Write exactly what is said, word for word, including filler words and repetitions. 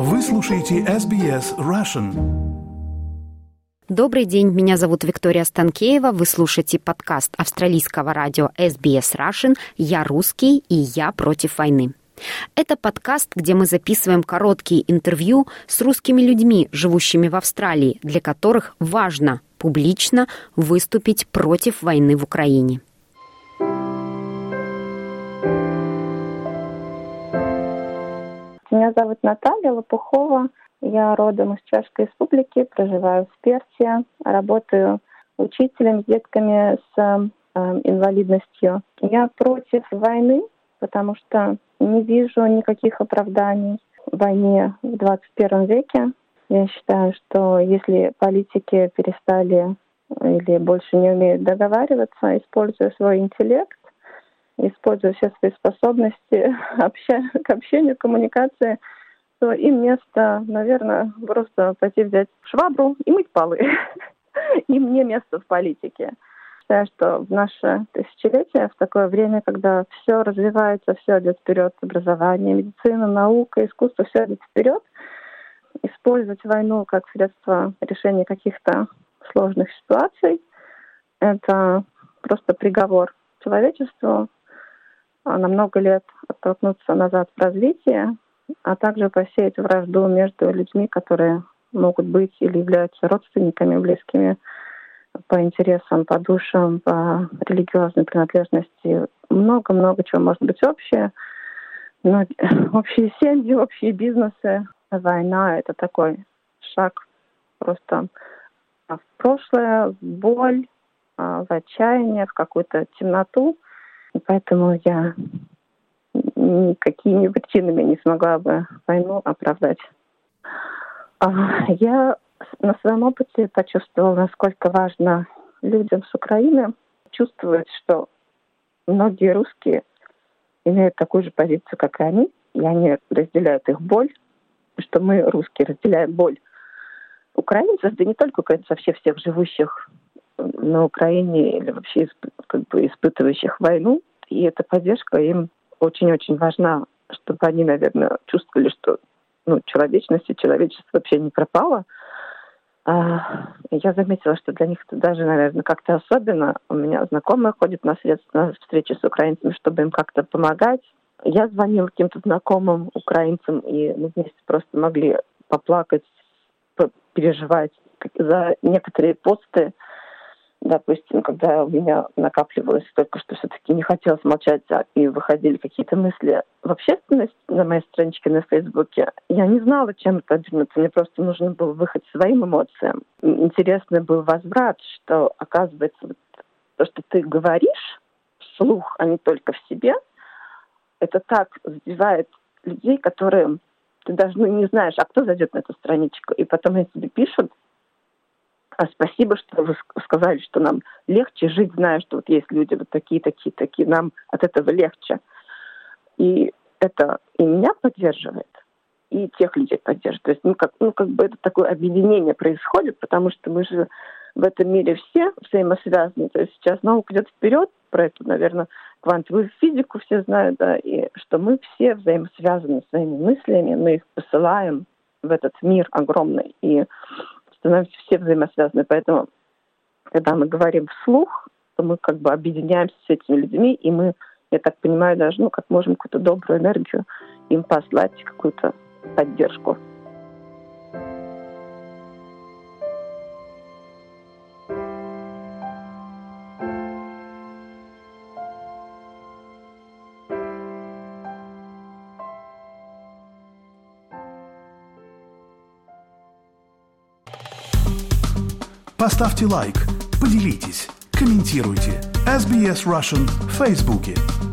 Вы слушаете эс би эс Russian. Добрый день, меня зовут Виктория Станкеева. Вы слушаете подкаст австралийского радио эс би эс Russian «Я русский и я против войны». Это подкаст, где мы записываем короткие интервью с русскими людьми, живущими в Австралии, для которых важно публично выступить против войны в Украине. Меня зовут Наталья Лопухова. Я родом из Чешской Республики, проживаю в Перте, работаю учителем с детками с э, инвалидностью. Я против войны, потому что не вижу никаких оправданий войне в двадцать первом веке. Я считаю, что если политики перестали или больше не умеют договариваться, используя свой интеллект, используя все свои способности обща- к общению, коммуникации, то им место, наверное, просто пойти взять швабру и мыть полы. Им не место в политике. Считаю, что в наше тысячелетие, в такое время, когда все развивается, все идет вперед, образование, медицина, наука, искусство, все идет вперед, использовать войну как средство решения каких-то сложных ситуаций — это просто приговор человечеству на много лет оттолкнуться назад в развитии, а также посеять вражду между людьми, которые могут быть или являются родственниками, близкими по интересам, по душам, по религиозной принадлежности. Много-много чего может быть общее. Но общие семьи, общие бизнесы. Война — это такой шаг просто в прошлое, в боль, в отчаяние, в какую-то темноту. И поэтому я никакими причинами не смогла бы войну оправдать. Я на своем опыте почувствовала, насколько важно людям с Украины чувствовать, что многие русские имеют такую же позицию, как и они, и они разделяют их боль, что мы, русские, разделяем боль украинцев, да не только украинцев, вообще всех живущих на Украине или вообще как бы испытывающих войну. И эта поддержка им очень-очень важна, чтобы они, наверное, чувствовали, что ну, человечность и человечество вообще не пропало. А, я заметила, что для них это даже, наверное, как-то особенно. У меня знакомые ходят на, средства, на встречи с украинцами, чтобы им как-то помогать. Я звонила каким-то знакомым украинцам, и мы вместе просто могли поплакать, переживать за некоторые посты. Допустим, когда у меня накапливалось столько, что все-таки не хотелось молчать, и выходили какие-то мысли в общественность на моей страничке на Фейсбуке, я не знала, чем это обернуться. Мне просто нужно было выход своим эмоциям. Интересный был возврат, что, оказывается, вот то, что ты говоришь вслух, а не только в себе, это так задевает людей, которые ты даже ну, не знаешь, а кто зайдет на эту страничку. И потом они тебе пишут: а спасибо, что вы сказали, что нам легче жить, зная, что вот есть люди вот такие, такие, такие, нам от этого легче. И это и меня поддерживает, и тех людей поддерживает. То есть, ну как, ну, как бы это такое объединение происходит, потому что мы же в этом мире все взаимосвязаны. То есть сейчас наука идет вперед, про эту, наверное, квантовую физику все знают, да, и что мы все взаимосвязаны своими мыслями, мы их посылаем в этот мир огромный, и становимся все взаимосвязаны. Поэтому, когда мы говорим вслух, то мы как бы объединяемся с этими людьми, и мы, я так понимаю, даже, ну, как можем какую-то добрую энергию им послать, какую-то поддержку. Поставьте лайк, поделитесь, комментируйте. эс би эс Russian в Фейсбуке.